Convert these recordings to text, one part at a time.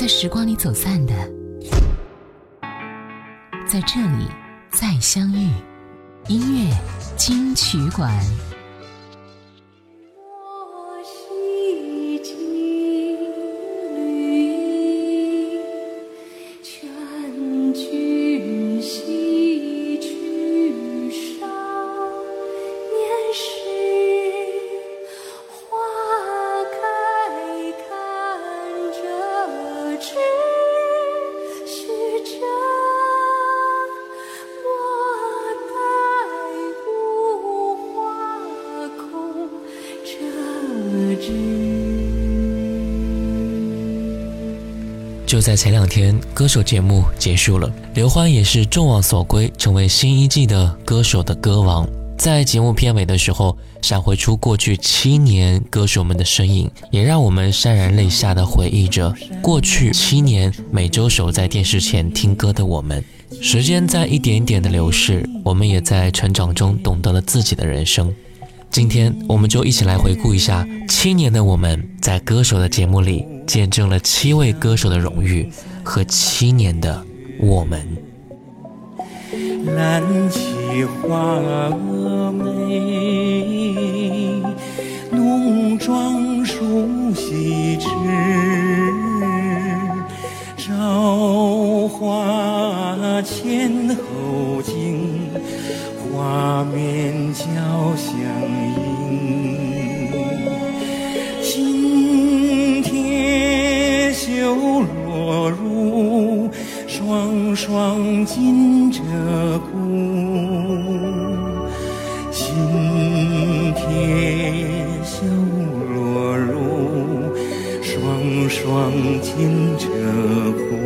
在时光里走散的，在这里再相遇。音乐金曲馆。 就在前2天，歌手节目结束了，刘欢也是众望所归，成为新一季的歌手的歌王。在节目片尾的时候，闪回出过去7年歌手们的身影，也让我们潸然泪下地回忆着过去7年每周守在电视前听歌的我们。时间在一点点的流逝，我们也在成长中懂得了自己的人生。今天我们就一起来回顾一下7年的我们在歌手的节目里见证了7位歌手的荣誉和7年的我们。 蓝旗花美，浓妆梳洗迟，朝花前后镜，画面交相映。金贴绣罗襦，双双紧着骨。金贴绣罗襦，双双紧着骨。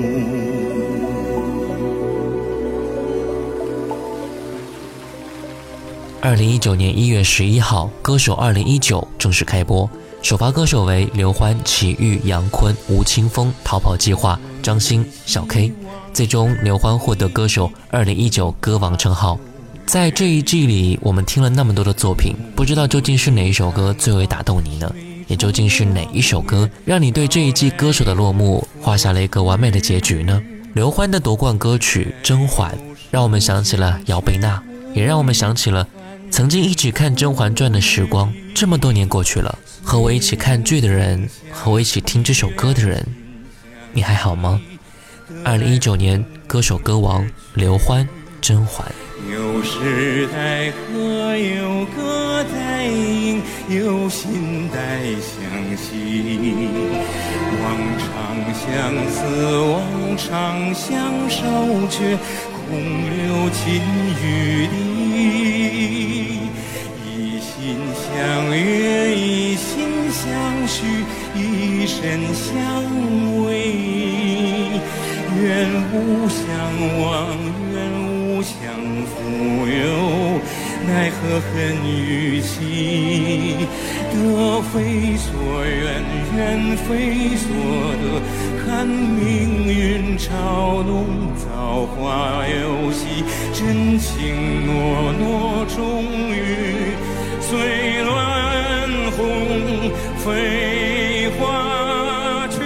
2019年1月11号，歌手2019正式开播，首发歌手为刘欢、齐豫、杨坤、吴青峰、逃跑计划、张欣、小 K， 最终刘欢获得歌手2019歌王称号。在这一季里，我们听了那么多的作品，不知道究竟是哪一首歌最为打动你呢？也究竟是哪一首歌让你对这一季歌手的落幕画下了一个完美的结局呢？刘欢的夺冠歌曲《甄嬛》让我们想起了姚贝娜，也让我们想起了曾经一起看《甄嬛传》的时光。这么多年过去了，和我一起看剧的人，和我一起听这首歌的人，你还好吗？2019年歌手歌王刘欢，《甄嬛》。 有时代和有歌在吟，有心带相惜。往常相思，往常相守，却空留金玉里。一心相约，一心相许，一生相偎。愿无相忘，愿无相负有，奈何恨与情，得非所愿，愿非所得，看命运嘲弄，造化游戏，真情诺诺，终于随乱红飞花去。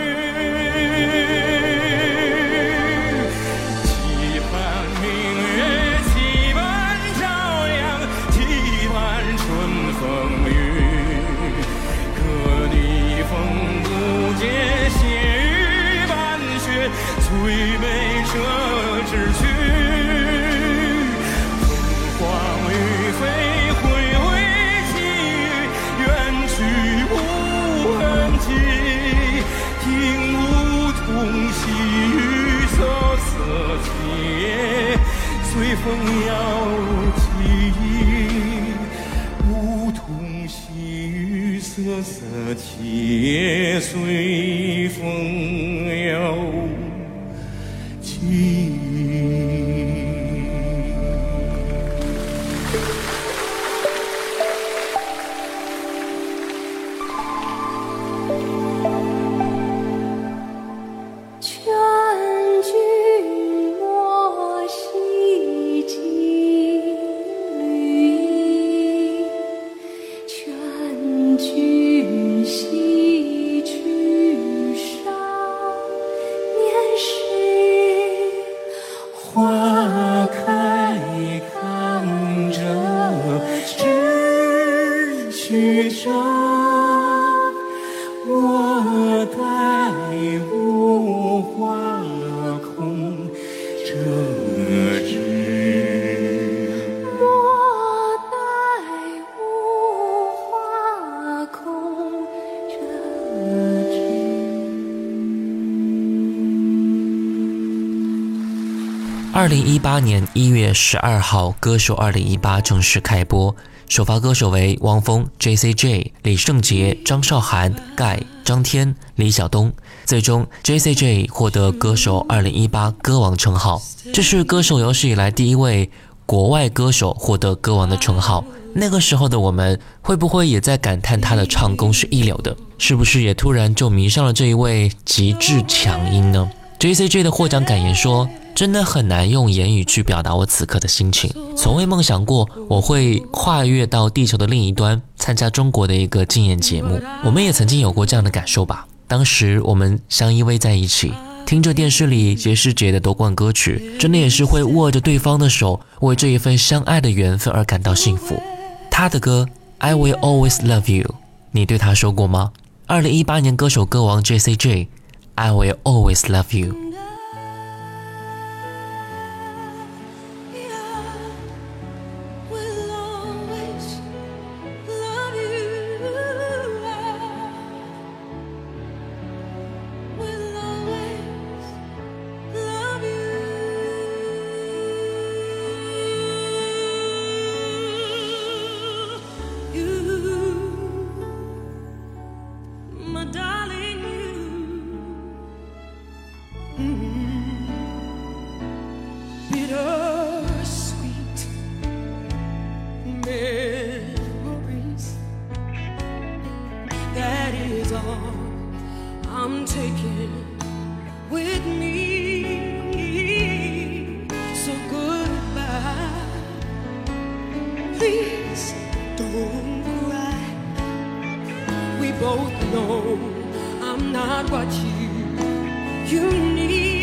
期盼明月，期盼朝阳，期盼春风雨。可逆风不解，血雨半雪，最美这支曲。风光雨飞，回味起雨，远去无痕迹。听梧桐细雨，瑟瑟起，随风摇起。梧桐细雨，瑟瑟起，随风摇起。 劝君西去山。 2018年1月12号，歌手2018正式开播，首发歌手为汪峰、JCJ、李圣杰、张韶涵、盖、张天、李晓东。最终 JCJ 获得歌手2018歌王称号，这是歌手有史以来第一位国外歌手获得歌王的称号。那个时候的我们会不会也在感叹他的唱功是一流的？是不是也突然就迷上了这一位极致强音呢？ JCJ 的获奖感言说，真的很难用言语去表达我此刻的心情，从未梦想过我会跨越到地球的另一端，参加中国的一个竞演节目。我们也曾经有过这样的感受吧，当时我们相依偎在一起，听着电视里杰士杰的夺冠歌曲，真的也是会握着对方的手，为这一份相爱的缘分而感到幸福。他的歌 I Will Always Love You， 你对他说过吗？2018年歌手歌王 JCJ I Will Always Love You。 I'm taking with me, so goodbye. Please don't cry. We both know I'm not what you need.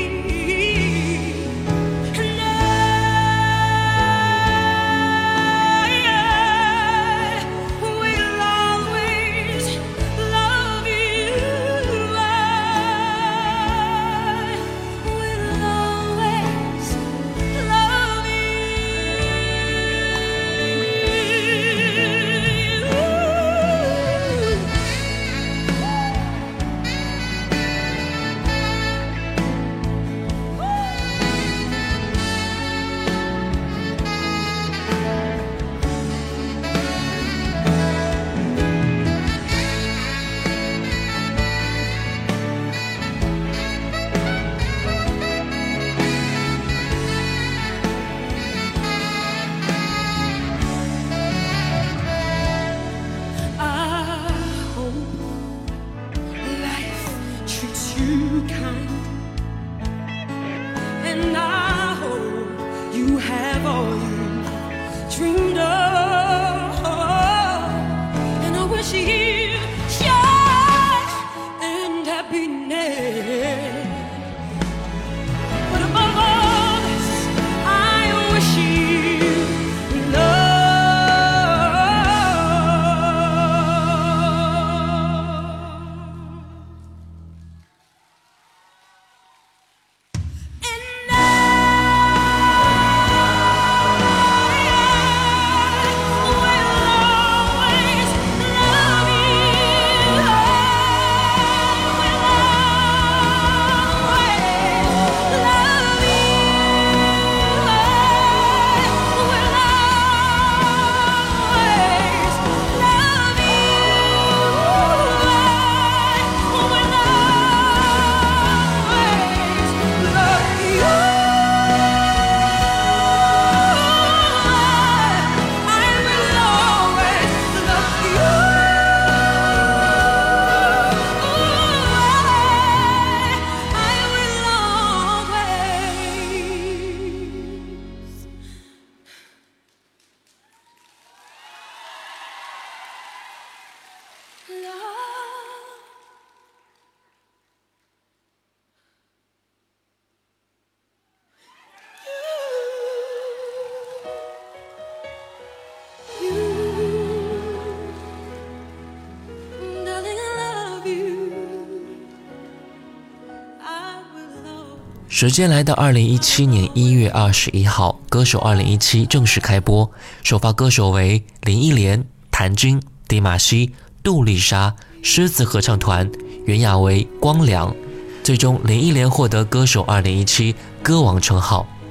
时间来到2017年1月21号，歌手2017正式开播，首发歌手为林忆莲、谭晶、迪玛希、杜丽莎、狮子合唱团，袁娅维、光良。最终林忆莲获得歌手2017歌王称号。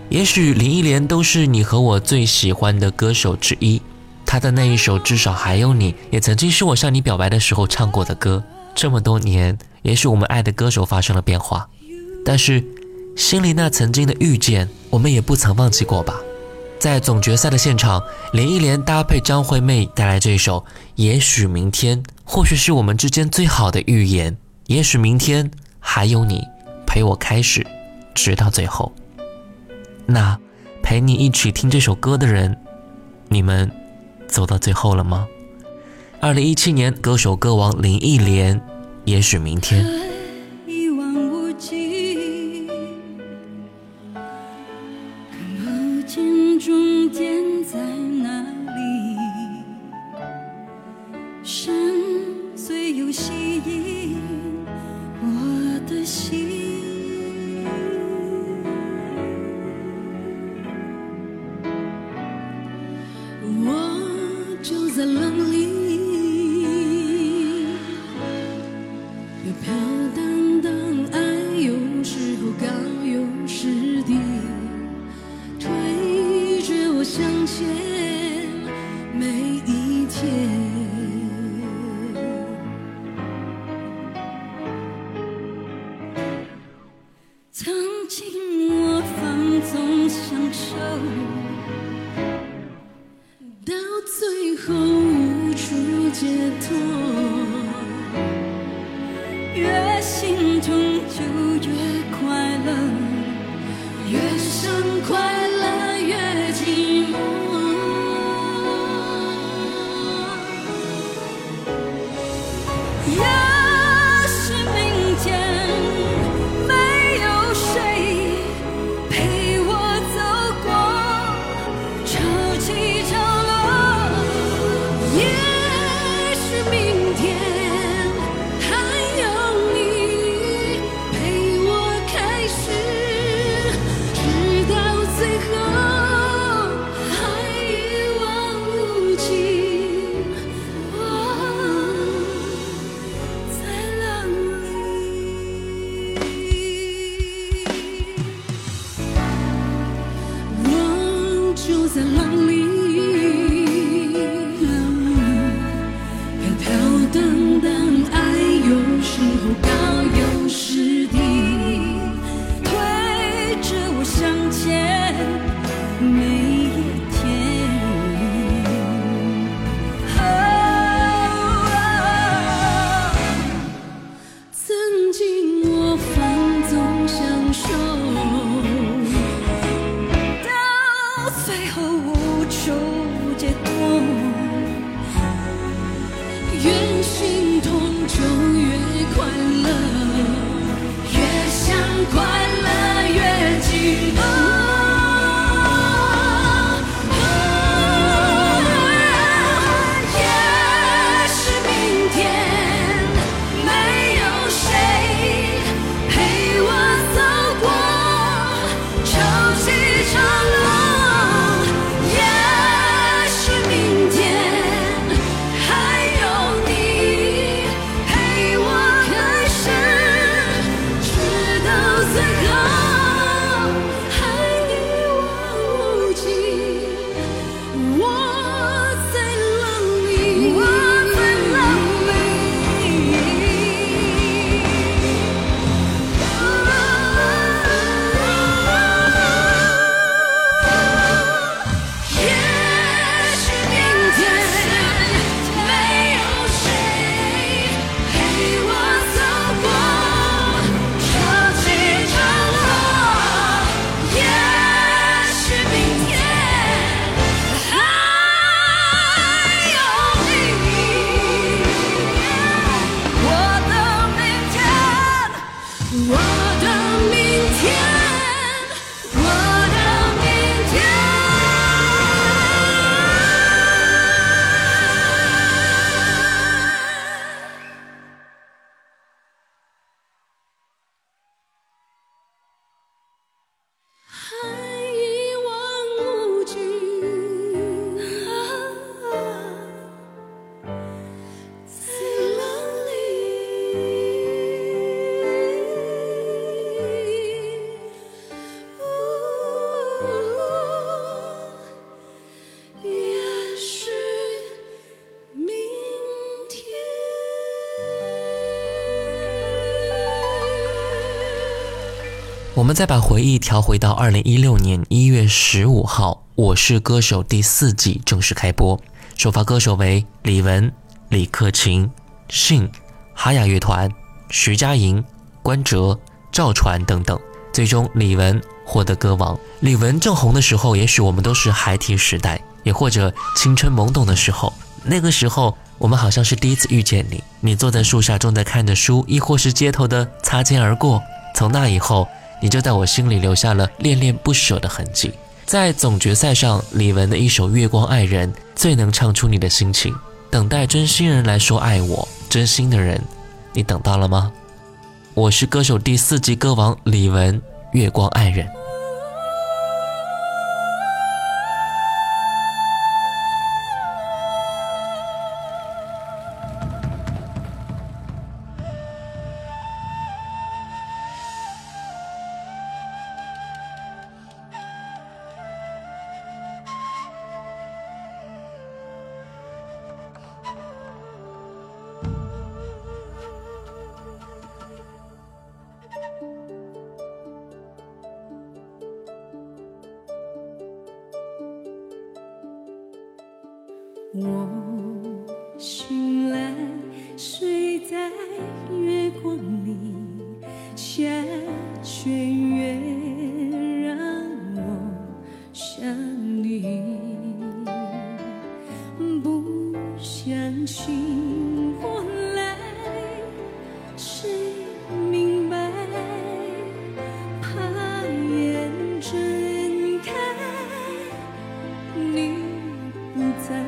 也许林忆莲都是你和我最喜欢的歌手之一，她的那一首至少还有你也曾经是我向你表白的时候唱过的歌。这么多年，也许我们爱的歌手发生了变化，但是心里那曾经的遇见，我们也不曾忘记过吧。在总决赛的现场，林忆莲搭配张惠妹带来这首也许明天，或许是我们之间最好的预言。也许明天还有你陪我开始直到最后。那陪你一起听这首歌的人，你们走到最后了吗？2017年歌手歌王林忆莲，也许明天。 一望无际，看不见终点在哪里，深邃又吸引我的心。我就在浪里，飘飘荡荡，爱有时候高有时低，推着我向前每一天。曾经我放纵享受，到最后无处解脱，越心痛就越快乐，越想快乐越寂寞。也许明天没有谁陪我走过潮起潮落，也许明天还有你陪我开始直到最后，还一望无际。我在浪里，我就在浪里，飘飘荡荡，爱有时候高有时低，推着我向前每一天。曾经我放纵享受，到最后无处解脱，越心痛就越快乐，越想快乐越寂寞。也许明天没有谁陪我走过潮起潮落，也许明天还有你陪我开始直到最后，还一望无际。我在浪里，我在浪里，也许明天没有谁陪我走过潮起潮落，也许明天还有你，我的明天，我的明天，我的明天。还一望无际，在浪里。 我们再把回忆调回到2016年1月15号，《我是歌手》第4季正式开播，首发歌手为李玟、李克勤、信、哈雅乐团、徐佳莹、关喆、赵传等等。最终李玟获得歌王。李玟正红的时候，也许我们都是孩提时代，也或者青春懵懂的时候。那个时候我们好像是第一次遇见你，你坐在树下正在看着书，亦或是街头的擦肩而过。从那以后，你就在我心里留下了恋恋不舍的痕迹。在总决赛上，李玟的一首《月光爱人》最能唱出你的心情。等待真心人来说爱我，真心的人，你等到了吗？我是歌手第4季歌王李玟，《月光爱人》。 我醒来，睡在月光里，下雪月让我想你，不相信我来，谁明白？怕眼睁开，你不在。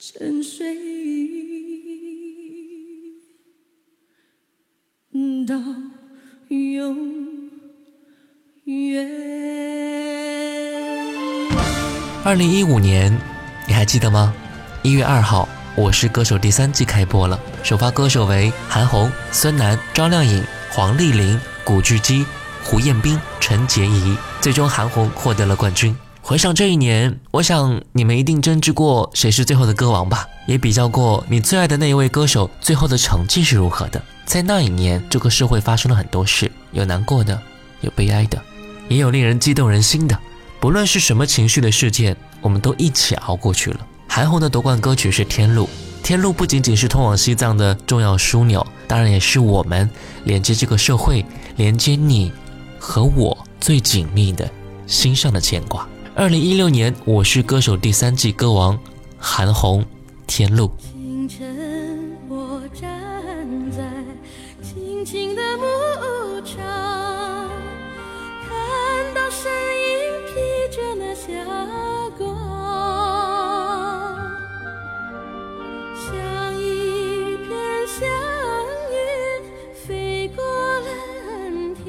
沉睡到永远。 2015年，你还记得吗？1月2号，《我是歌手》第3季开播了，首发歌手为韩红、孙楠、张靓颖、黄丽玲、古巨基、胡彦斌、陈洁仪，最终韩红获得了冠军。回想这一年，我想你们一定争执过谁是最后的歌王吧，也比较过你最爱的那一位歌手最后的成绩是如何的。在那一年，这个社会发生了很多事，有难过的，有悲哀的，也有令人激动人心的。不论是什么情绪的事件，我们都一起熬过去了。韩红的夺冠歌曲是《天路》，天路不仅仅是通往西藏的重要枢纽，当然也是我们连接这个社会，连接你和我最紧密的心上的牵挂。2016年，《我是歌手》第3季歌王韩红，《天路》。 清晨我站在青青的牧场，看到身影披着那霞光，像一片祥云飞过蓝天，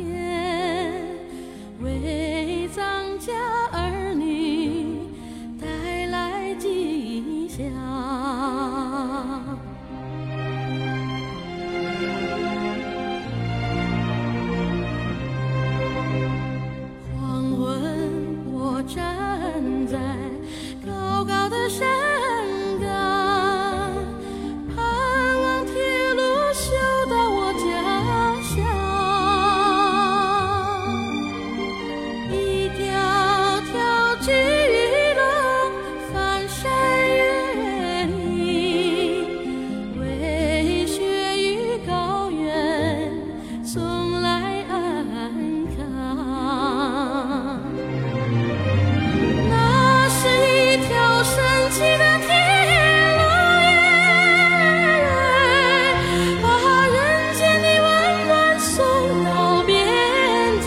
为藏家儿女带来吉祥。黄昏我站在高高的山岗，盼望铁路修到我家乡，一条条巨龙翻山越岭，为雪与高原送来安康。那是一条神奇的铁路把人间的温暖送到边疆。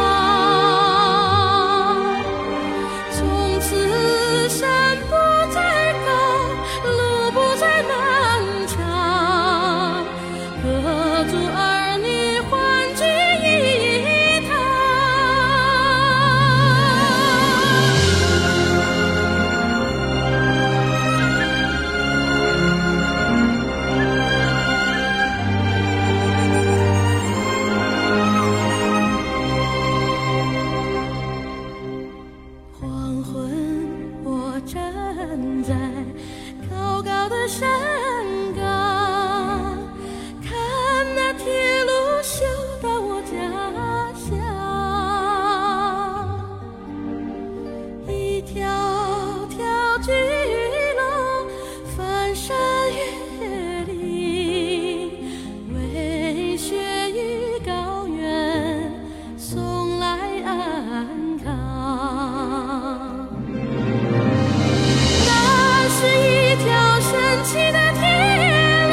从此山不再高，路不再漫长，各族儿女欢聚一堂。黄昏我站在高高的山岗，看那铁路修到我家乡，一条条巨龙翻山越岭，为雪与高原送来安康。那是一条神奇的铁路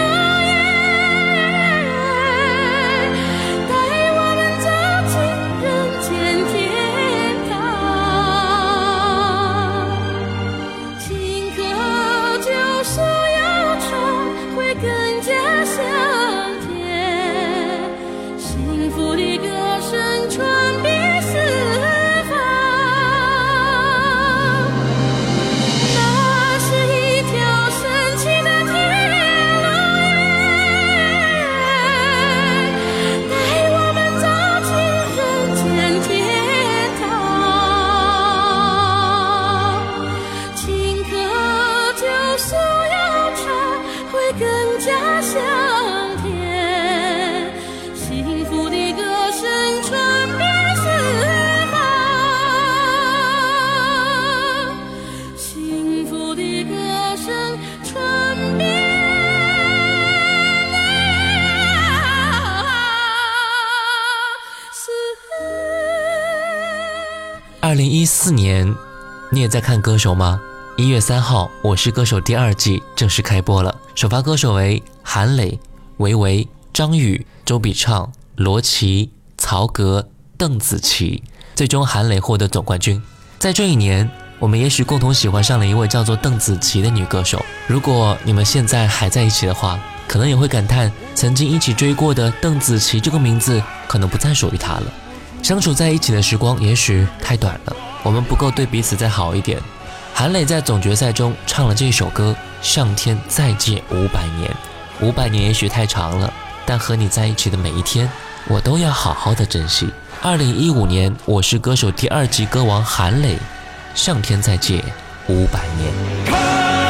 带我们走进人间天堂，顷刻救赎忧愁会更加香甜，幸福的歌声传遍四方。那是一条神奇的铁路带我们走进人间天堂，顷刻救赎忧愁会更加香甜，幸福的歌声传遍四方，幸福的歌声传遍四 2014年，你也在看歌手吗？1月3号，《我是歌手》第2季正式开播了，首发歌手为韩磊、维维、张宇、周笔畅、罗琦、曹格、邓紫棋，最终韩磊获得总冠军。在这一年， 我们也许共同喜欢上了一位叫做邓紫棋的女歌手。如果你们现在还在一起的话，可能也会感叹曾经一起追过的邓紫棋这个名字可能不再属于她了。相处在一起的时光也许太短了，我们不够对彼此再好一点。韩磊在总决赛中唱了这首歌《上天再借500年》，500年也许太长了，但和你在一起的每一天我都要好好的珍惜。2015年《我是歌手》第2季歌王韩磊，上天再借500年。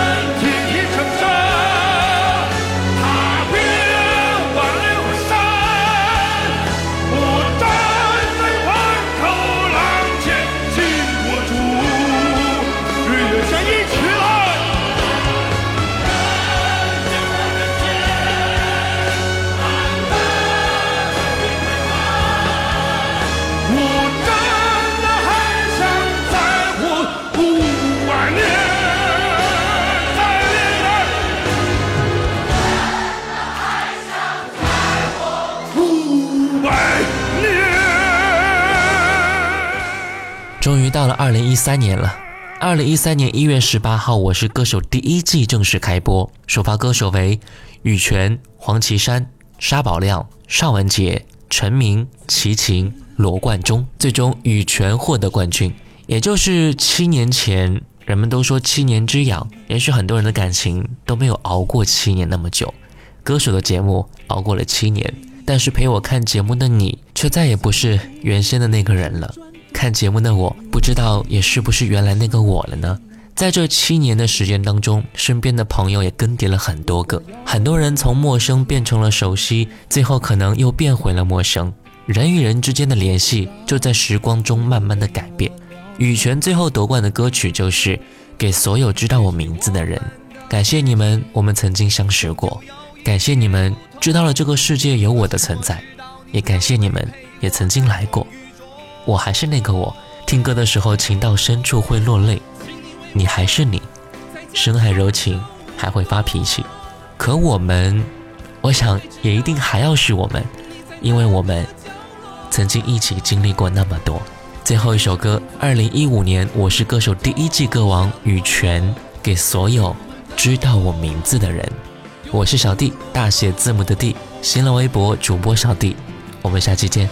终于到了2013年了。2013年1月18号，《我是歌手》第1季正式开播，首发歌手为羽泉、黄绮珊、沙宝亮、邵文杰、陈明、齐秦、罗贯中，最终羽泉获得冠军。也就是7年前，人们都说7年之痒，也许很多人的感情都没有熬过7年那么久。歌手的节目熬过了7年，但是陪我看节目的你却再也不是原先的那个人了。看节目的我不知道也是不是原来那个我了呢？在这7年的时间当中，身边的朋友也更迭了很多个，很多人从陌生变成了熟悉，最后可能又变回了陌生。人与人之间的联系就在时光中慢慢的改变。羽泉最后夺冠的歌曲就是《给所有知道我名字的人》，感谢你们，我们曾经相识过，感谢你们知道了这个世界有我的存在，也感谢你们也曾经来过。我还是那个我，听歌的时候情到深处会落泪，你还是你，深爱柔情，还会发脾气。可我们，我想也一定还要是我们，因为我们曾经一起经历过那么多。最后一首歌，2015年《我是歌手》第1季歌王羽泉，给所有知道我名字的人。我是小弟，大写字母的弟，新浪微博主播小弟，我们下期见。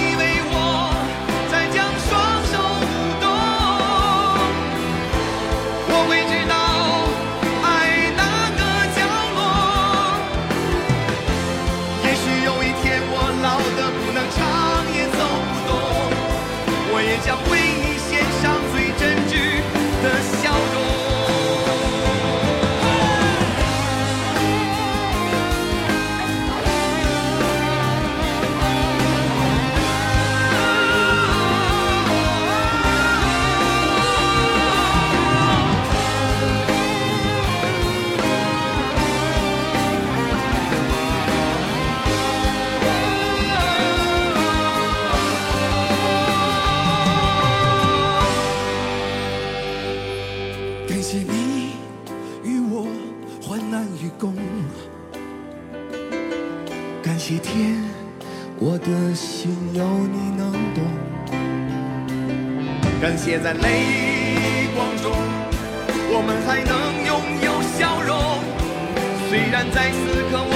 将为你献上最真挚的笑容。感谢你与我患难与共，感谢天，我的心有你能懂，感谢在泪光中我们还能拥有笑容，虽然在此刻